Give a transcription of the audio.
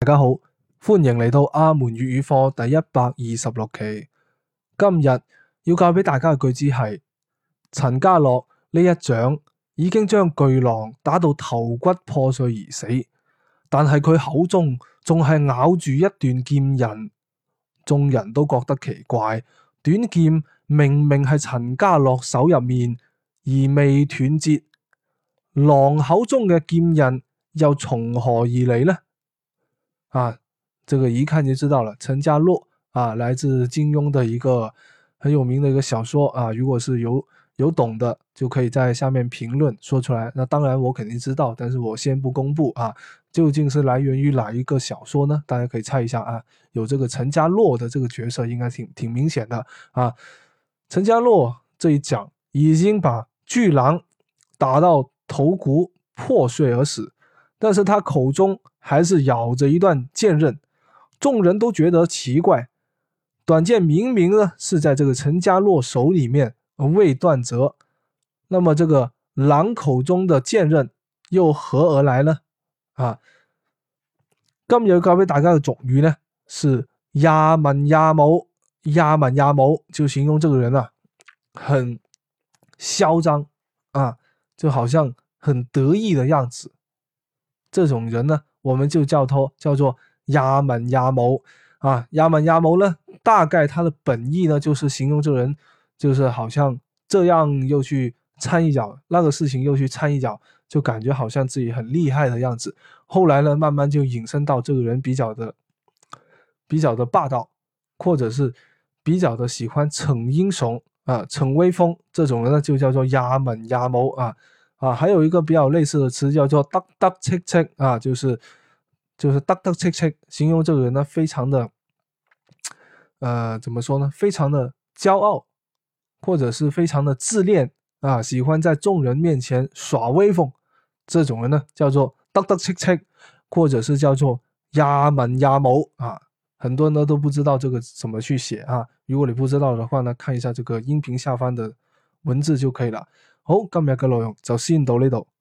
家好，歡迎嚟到阿門粵語課第126期。今日要教俾大家嘅句子係：陳家樂呢一掌已經將巨狼打到頭骨破碎而死，但係佢口中仲係咬住一段劍刃。眾人都覺得奇怪，短劍明明係陳家樂手入面而未斷節，狼口中嘅劍刃又從何而嚟呢？這個一看就知道了，陳家洛來自金庸的一個很有名的一個小說如果是有懂的，就可以在下面評論說出來。那當然我肯定知道，但是我先不公布究竟是來源於哪一個小說呢？大家可以猜一下有這個陳家洛的這個角色，應該挺明顯的陳家洛這一掌已經把巨狼打到頭骨破碎而死，但是他口中還是咬着一段劍刃。眾人都覺得奇怪，短劍明明呢是在這個陳家洛手裏面未斷折，那麼這個狼口中的劍刃又何而來呢？今日要教俾大家嘅俗語呢是呀文呀武，呀文呀武就形容這個人很囂張就好像很得意的樣子，這種人呢我們就叫做呀文呀武呀文呀武呢，大概他的本意呢，就是形容這個人，就是好像這樣又去摻一腳，那個事情又去摻一腳，就感覺好像自己很厲害的樣子。後來呢，慢慢就引申到這個人比較的霸道，或者是比較的喜歡逞英雄逞威風，這種人呢就叫做呀文呀武還有一個比較類似的詞叫做得得戚戚就是得得戚戚，形容這個人呢非常的怎麼說呢，非常的驕傲，或者是非常的自戀喜歡在眾人面前耍威風，這種人呢叫做得得戚戚，或者是叫做呀文呀武很多人呢都不知道這個怎麼去寫如果你不知道的話呢，看一下這個音頻下方的文字就可以了。好，今日嘅內容就先到呢度。